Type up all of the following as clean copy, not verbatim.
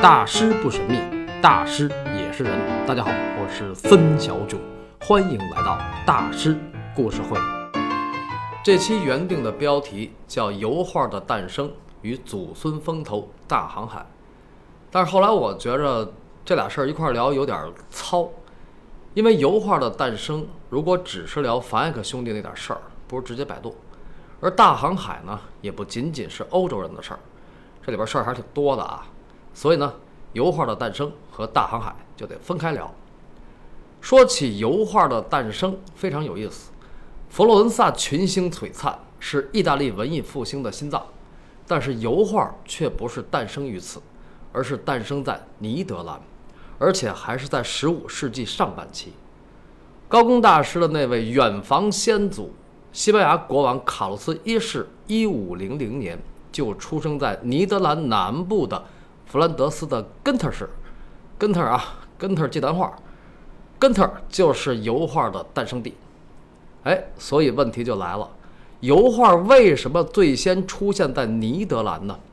大师不神秘，大师也是人。大家好，我是森小囧，欢迎来到大师故事会。这期原定的标题叫油画的诞生与祖孙风头大航海，但是后来我觉着这俩事儿一块聊有点糙，因为油画的诞生如果只是聊凡艾克兄弟那点事儿，不如直接百度。而大航海呢，也不仅仅是欧洲人的事儿，这里边事儿还是挺多的啊。所以呢，油画的诞生和大航海就得分开聊。说起油画的诞生，非常有意思。佛罗伦萨群星璀璨，是意大利文艺复兴的心脏，但是油画却不是诞生于此，而是诞生在尼德兰，而且还是在15世纪上半期。高更大师的那位远房先祖西班牙国王卡洛斯一世1500年就出生在尼德兰南部的弗兰德斯的根特市。根特祭坛画，根特就是油画的诞生地。所以问题就来了，油画为什么最先出现在尼德兰呢？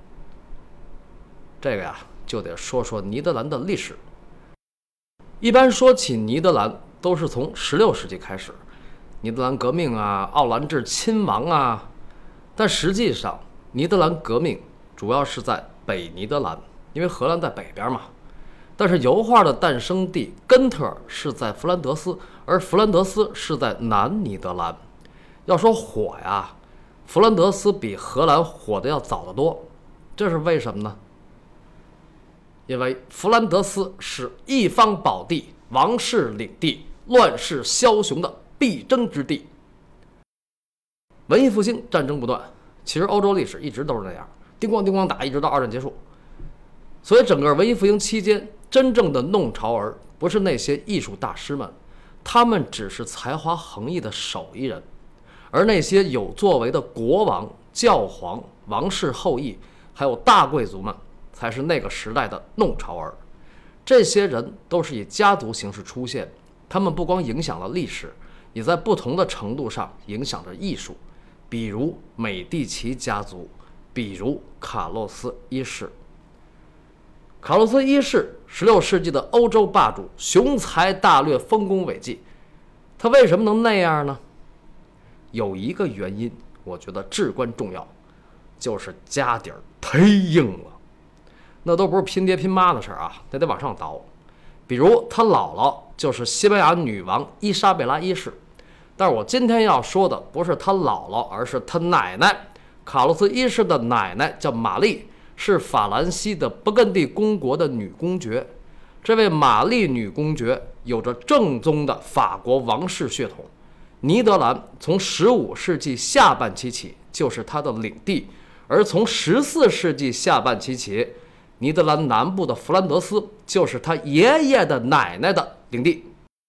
这个呀，就得说说尼德兰的历史。一般说起尼德兰，都是从16世纪开始，尼德兰革命啊，奥兰治亲王啊。但实际上，尼德兰革命主要是在北尼德兰，因为荷兰在北边嘛。但是油画的诞生地根特是在弗兰德斯，而弗兰德斯是在南尼德兰。要说火呀，弗兰德斯比荷兰火的要早得多，这是为什么呢？因为弗兰德斯是一方宝地，王室领地，乱世枭雄的必争之地。文艺复兴战争不断，其实欧洲历史一直都是那样，叮咣叮咣打，一直到二战结束。所以整个文艺复兴期间，真正的弄潮儿不是那些艺术大师们，他们只是才华横溢的手艺人，而那些有作为的国王、教皇、王室后裔，还有大贵族们，才是那个时代的弄潮儿。这些人都是以家族形式出现，他们不光影响了历史，也在不同的程度上影响着艺术，比如美第奇家族，比如卡洛斯一世。卡洛斯一世16世纪的欧洲霸主，雄才大略，丰功伟绩。他为什么能那样呢？有一个原因，我觉得至关重要，就是家底儿忒硬了。那都不是拼爹拼妈的事儿啊，那得往上倒。比如他姥姥就是西班牙女王伊莎贝拉一世，但是我今天要说的不是他姥姥，而是他奶奶。卡洛斯一世的奶奶叫玛丽，是法兰西的勃艮第公国的女公爵。这位玛丽女公爵有着正宗的法国王室血统，尼德兰从15世纪下半期起就是她的领地，而从14世纪下半期起，尼德兰南部的弗兰德斯就是他爷爷的奶奶的领地。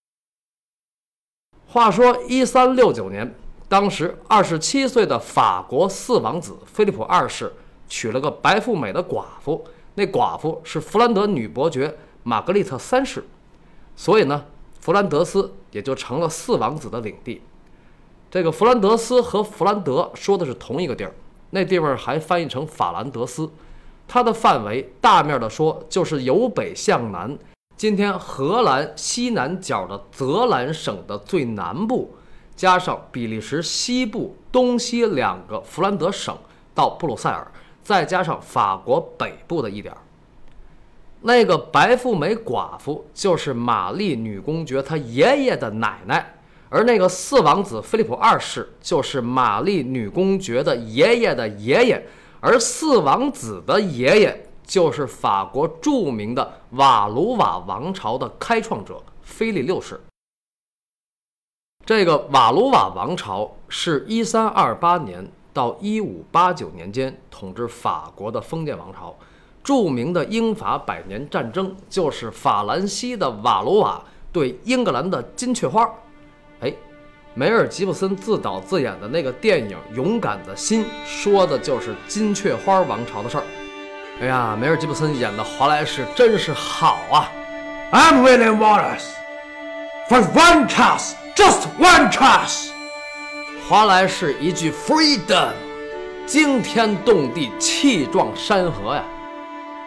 话说1369年，当时27岁的法国四王子菲利普二世娶了个白富美的寡妇，那寡妇是弗兰德女伯爵玛格丽特三世，所以呢，弗兰德斯也就成了四王子的领地。这个弗兰德斯和弗兰德说的是同一个地儿，那地方还翻译成法兰德斯。它的范围大面的说就是由北向南，今天荷兰西南角的泽兰省的最南部，加上比利时西部东西2个弗兰德省到布鲁塞尔，再加上法国北部的一点。那个白富美寡妇就是玛丽女公爵她爷爷的奶奶，而那个四王子菲利普二世就是玛丽女公爵的爷爷的爷爷，而四王子的爷爷就是法国著名的瓦卢瓦王朝的开创者菲利六世。这个瓦卢瓦王朝是1328年到1589年间统治法国的封建王朝，著名的英法百年战争就是法兰西的瓦卢瓦对英格兰的金雀花。梅尔吉布森自导自演的那个电影《勇敢的心》说的就是金雀花王朝的事儿。梅尔吉布森演的华莱士真是好啊。 I'm William Wallace. For one chance, just one chance. 华莱士一句 freedom， 惊天动地，气壮山河呀。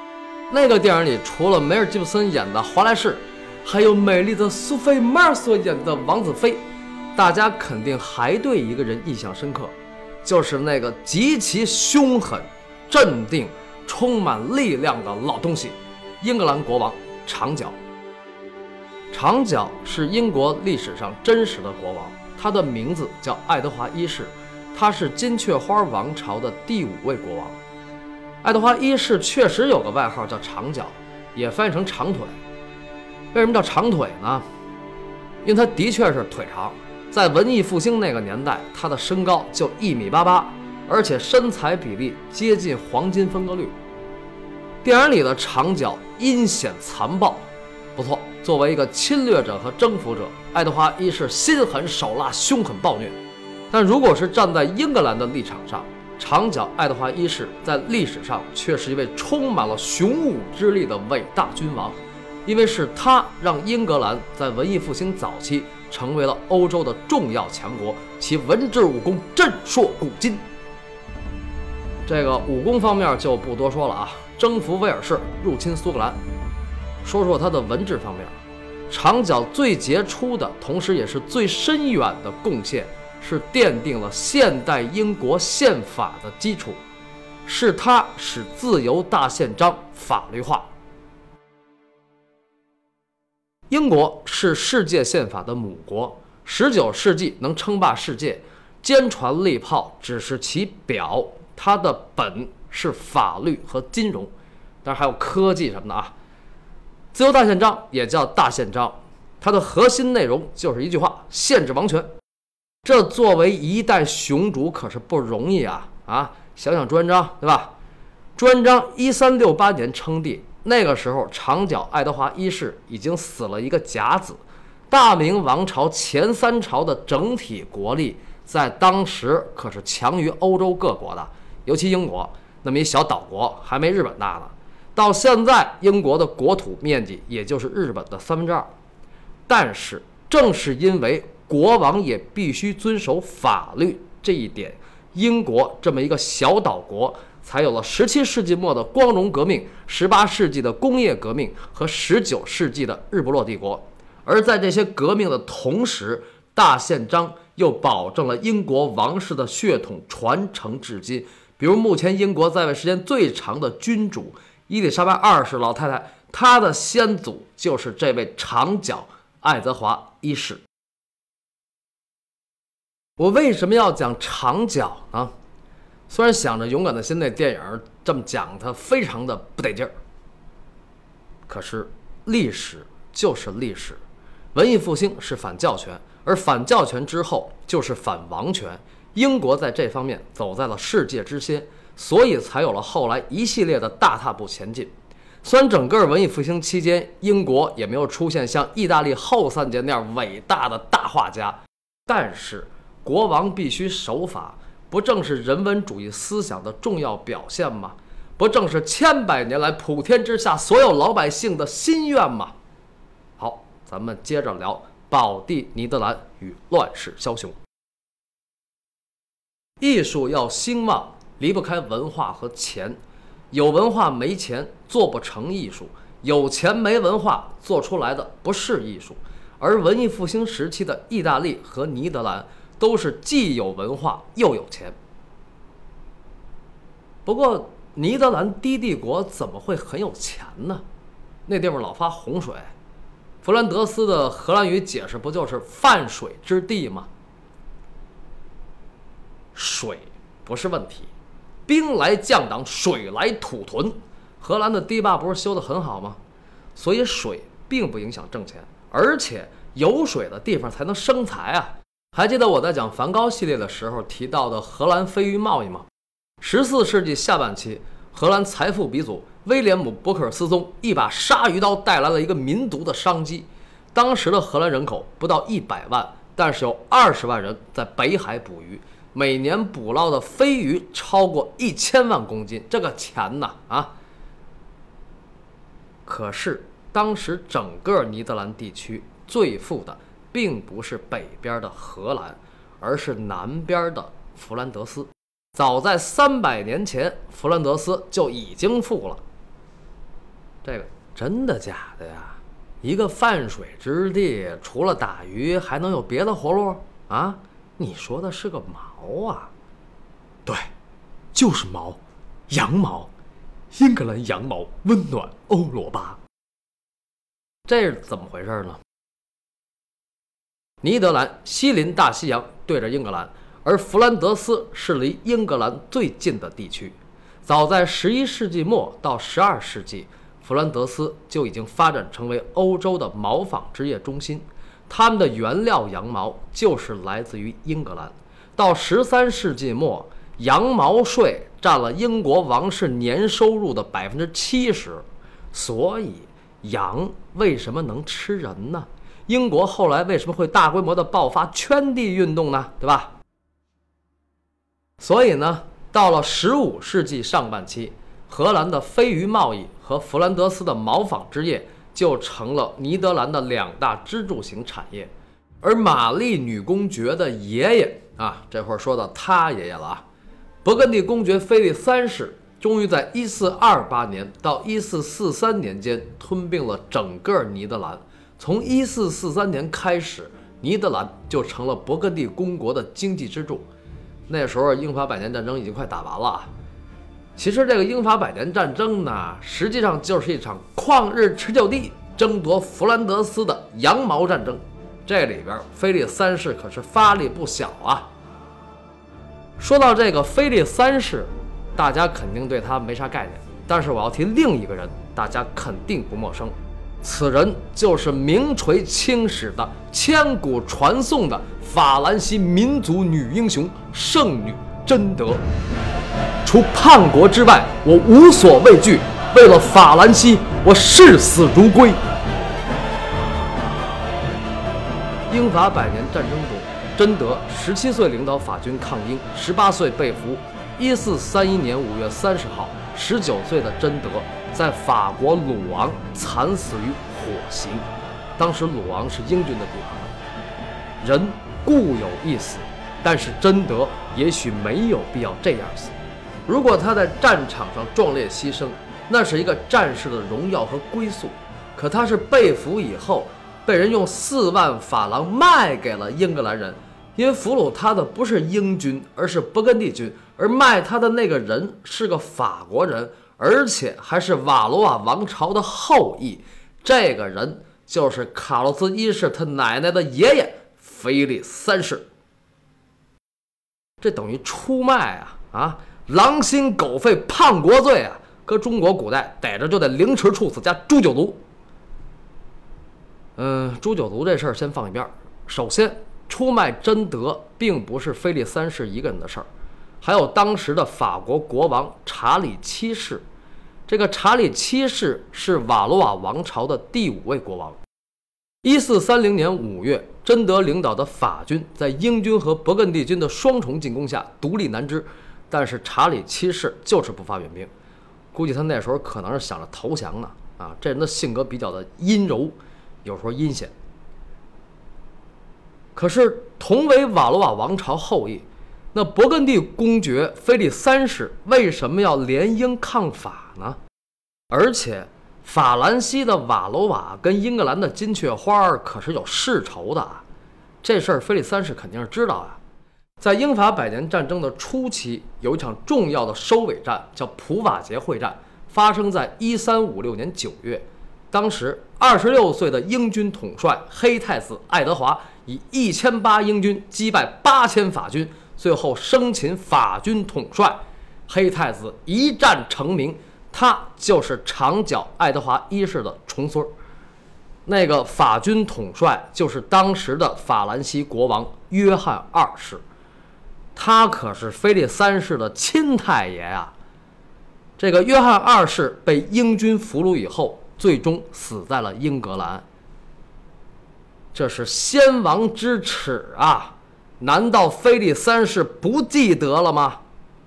那个电影里除了梅尔吉布森演的华莱士，还有美丽的苏菲·玛尔所演的王子妃，大家肯定还对一个人印象深刻，就是那个极其凶狠、镇定、充满力量的老东西——英格兰国王长角。长角是英国历史上真实的国王，他的名字叫爱德华一世，他是金雀花王朝的第5位国王。爱德华一世确实有个外号叫长角，也翻译成长腿。为什么叫长腿呢？因为他的确是腿长，在文艺复兴那个年代，他的身高就1.88米，而且身材比例接近黄金分割率。电影里的长角阴险残暴，不错，作为一个侵略者和征服者，爱德华一世心狠手辣、凶狠暴虐。但如果是站在英格兰的立场上，长角爱德华一世在历史上却是一位充满了雄武之力的伟大君王，因为是他让英格兰在文艺复兴早期成为了欧洲的重要强国，其文治武功震烁古今。这个武功方面就不多说了啊，征服威尔士，入侵苏格兰。说说他的文治方面，长角最杰出的，同时也是最深远的贡献，是奠定了现代英国宪法的基础，是他使自由大宪章法律化。英国是世界宪法的母国，19世纪能称霸世界，坚船利炮只是其表，它的本是法律和金融，当然还有科技什么的啊。自由大宪章也叫大宪章，它的核心内容就是一句话：限制王权。这作为一代雄主可是不容易啊！想想朱元璋，对吧？朱元璋1368年称帝，那个时候长角爱德华一世已经死了一个甲子，大明王朝前3朝的整体国力在当时可是强于欧洲各国的，尤其英国那么一小岛国，还没日本大呢。到现在，英国的国土面积也就是日本的2/3。但是正是因为国王也必须遵守法律这一点，英国这么一个小岛国才有了17世纪末的光荣革命、18世纪的工业革命和19世纪的日不落帝国。而在这些革命的同时，大宪章又保证了英国王室的血统传承至今。比如目前英国在位时间最长的君主伊丽莎白2世老太太，她的先祖就是这位长角爱德华一世。我为什么要讲长角呢？虽然想着《勇敢的心》那电影这么讲它非常的不得劲儿，可是历史就是历史，文艺复兴是反教权，而反教权之后就是反王权。英国在这方面走在了世界之先，所以才有了后来一系列的大踏步前进。虽然整个文艺复兴期间，英国也没有出现像意大利后3杰那样伟大的大画家，但是国王必须守法，不正是人文主义思想的重要表现吗？不正是千百年来普天之下所有老百姓的心愿吗？好，咱们接着聊宝地尼德兰与乱世枭雄。艺术要兴旺，离不开文化和钱。有文化没钱做不成艺术，有钱没文化做出来的不是艺术。而文艺复兴时期的意大利和尼德兰都是既有文化又有钱。不过尼德兰低帝国怎么会很有钱呢？那地方老发洪水，弗兰德斯的荷兰语解释不就是泛水之地吗？水不是问题，兵来将挡，水来土屯。荷兰的堤坝不是修得很好吗？所以水并不影响挣钱，而且有水的地方才能生财啊。还记得我在讲梵高系列的时候提到的荷兰飞鱼贸易吗？14世纪下半期，荷兰财富鼻祖威廉姆·伯克尔斯宗一把鲨鱼刀带来了一个民族的商机。当时的荷兰人口不到100万，但是有20万人在北海捕鱼，每年捕捞的飞鱼超过1000万公斤，这个钱呐啊！可是当时整个尼德兰地区最富的并不是北边的荷兰，而是南边的弗兰德斯。早在300年前，弗兰德斯就已经富了。 这个真的假的呀？一个泛水之地，除了打鱼还能有别的活路啊？你说的是个毛啊？ 对，就是毛，羊毛，英格兰羊毛温暖欧罗巴。 这是怎么回事呢？尼德兰西临大西洋，对着英格兰，而弗兰德斯是离英格兰最近的地区。早在11世纪末到12世纪，弗兰德斯就已经发展成为欧洲的毛纺织业中心，他们的原料羊毛就是来自于英格兰。到13世纪末，羊毛税占了英国王室年收入的70%，所以羊为什么能吃人呢？英国后来为什么会大规模的爆发圈地运动呢？对吧？所以呢，到了15世纪上半期，荷兰的飞鱼贸易和弗兰德斯的毛纺织业就成了尼德兰的2大支柱型产业。而玛丽女公爵的爷爷啊，这会儿说到他爷爷了啊，勃艮第公爵菲利3世终于在1428年到1443年间吞并了整个尼德兰。从1443年开始，尼德兰就成了勃艮第公国的经济支柱。那时候英法百年战争已经快打完了。其实这个英法百年战争呢，实际上就是一场旷日持久地争夺弗兰德斯的羊毛战争。这里边菲利3世可是发力不小啊。说到这个菲利3世，大家肯定对他没啥概念，但是我要提另一个人，大家肯定不陌生。此人就是名垂青史的、千古传颂的法兰西民族女英雄圣女贞德。除叛国之外，我无所畏惧，为了法兰西，我视死如归。英法百年战争中，贞德17岁领导法军抗英，18岁被俘。1431年5月30号，19岁的贞德在法国鲁昂惨死于火刑。当时鲁昂是英军的地盘。人固有一死，但是贞德也许没有必要这样死。如果他在战场上壮烈牺牲，那是一个战士的荣耀和归宿。可他是被俘以后，被人用4万法郎卖给了英格兰人，因为俘虏他的不是英军，而是勃艮第军，而卖他的那个人是个法国人，而且还是瓦罗瓦王朝的后裔。这个人就是卡洛斯1世他奶奶的爷爷菲利3世。这等于出卖啊，狼心狗肺叛国罪啊！搁中国古代逮着就得凌迟处死加诛九族。诛九族这事儿先放一边。首先，出卖贞德并不是菲利3世一个人的事儿，还有当时的法国国王查理7世。这个查理7世是瓦罗瓦王朝的第5位国王。1430年5月，贞德领导的法军在英军和勃艮第军的双重进攻下独立难支，但是查理7世就是不发援兵，估计他那时候可能是想着投降呢。这人的性格比较的阴柔，有时候阴险。可是同为瓦罗瓦王朝后裔，那勃艮第公爵菲利3世为什么要联英抗法呢？而且法兰西的瓦罗瓦跟英格兰的金雀花可是有世仇的啊，这事儿菲利3世肯定是知道啊。在英法百年战争的初期，有一场重要的收尾战，叫普瓦捷会战，发生在1356年9月。当时26岁的英军统帅黑太子爱德华以1800英军击败8000法军，最后生擒法军统帅。黑太子一战成名，他就是长脚爱德华1世的重孙。那个法军统帅就是当时的法兰西国王约翰2世，他可是菲利3世的亲太爷啊。这个约翰2世被英军俘虏以后，最终死在了英格兰。这是先王之耻啊！难道菲利3世不记得了吗？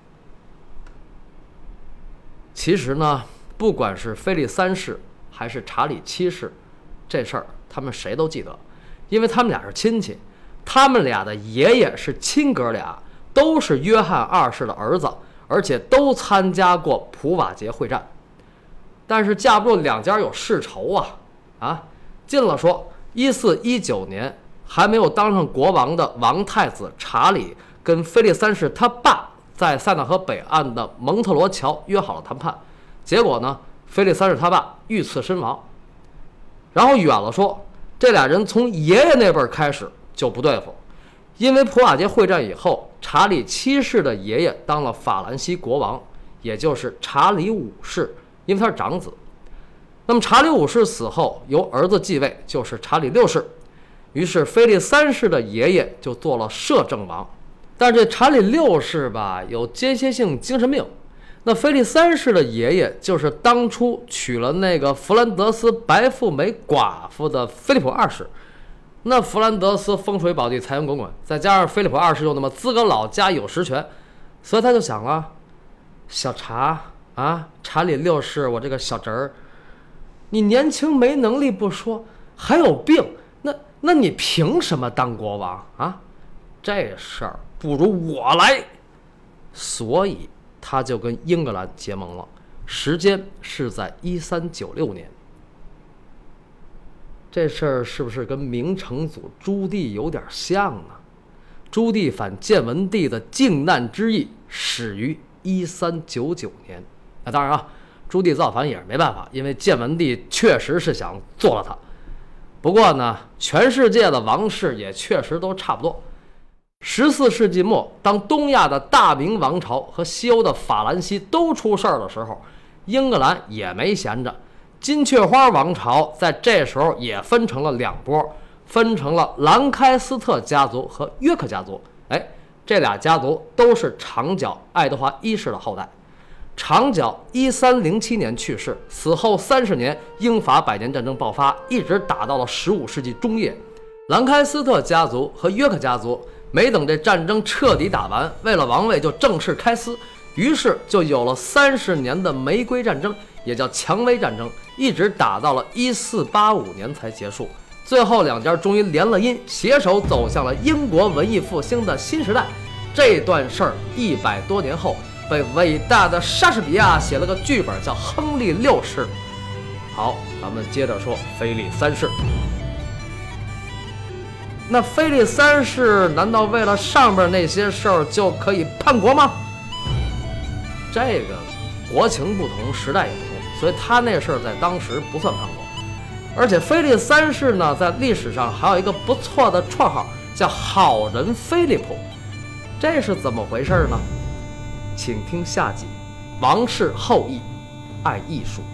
其实呢，不管是菲利3世还是查理7世，这事儿他们谁都记得，因为他们俩是亲戚，他们俩的爷爷是亲哥俩，都是约翰2世的儿子，而且都参加过普瓦捷会战。 但是架不住两家有世仇啊！近了说，1419年还没有当上国王的王太子查理跟腓力三世他爸在塞纳河北岸的蒙特罗桥约好了谈判，结果呢，腓力三世他爸遇刺身亡。然后远了说，这俩人从爷爷那辈儿开始就不对付，因为普瓦捷会战以后，查理七世的爷爷当了法兰西国王，也就是查理五世，因为他是长子。那么查理五世死后，由儿子继位，就是查理六世。于是腓力三世的爷爷就做了摄政王。但是这查理六世吧，有间歇性精神病。那腓力三世的爷爷就是当初娶了那个弗兰德斯白富美寡妇的菲利普二世。那弗兰德斯风水宝地，财源滚滚，再加上菲利普二世又那么资格老，家有实权，所以他就想了，小查啊，查理六世，我这个小侄儿，你年轻没能力不说，还有病，那你凭什么当国王啊？这事儿不如我来。所以他就跟英格兰结盟了，时间是在1396年。这事儿是不是跟明成祖朱棣有点像呢？朱棣反建文帝的靖难之役始于1399年。那当然啊，朱棣造反也是没办法，因为建文帝确实是想做了他。不过呢，全世界的王室也确实都差不多。14世纪末，当东亚的大明王朝和西欧的法兰西都出事儿的时候，英格兰也没闲着。金雀花王朝在这时候也分成了两波，分成了兰开斯特家族和约克家族。这俩家族都是长角爱德华一世的后代。长角1307年去世，死后30年，英法百年战争爆发，一直打到了15世纪中叶。兰开斯特家族和约克家族没等这战争彻底打完，为了王位就正式开撕，于是就有了30年的玫瑰战争，也叫蔷薇战争，一直打到了1485年才结束。最后两家终于联了姻，携手走向了英国文艺复兴的新时代。这段事儿100多年后，被伟大的莎士比亚写了个剧本，叫《亨利六世》。好，咱们接着说腓力三世。那腓力三世难道为了上边那些事儿就可以叛国吗？这个国情不同，时代也不同，所以他那事儿在当时不算叛国。而且腓力三世呢，在历史上还有一个不错的绰号，叫好人菲利普。这是怎么回事呢？请听下集《王室后裔爱艺术》。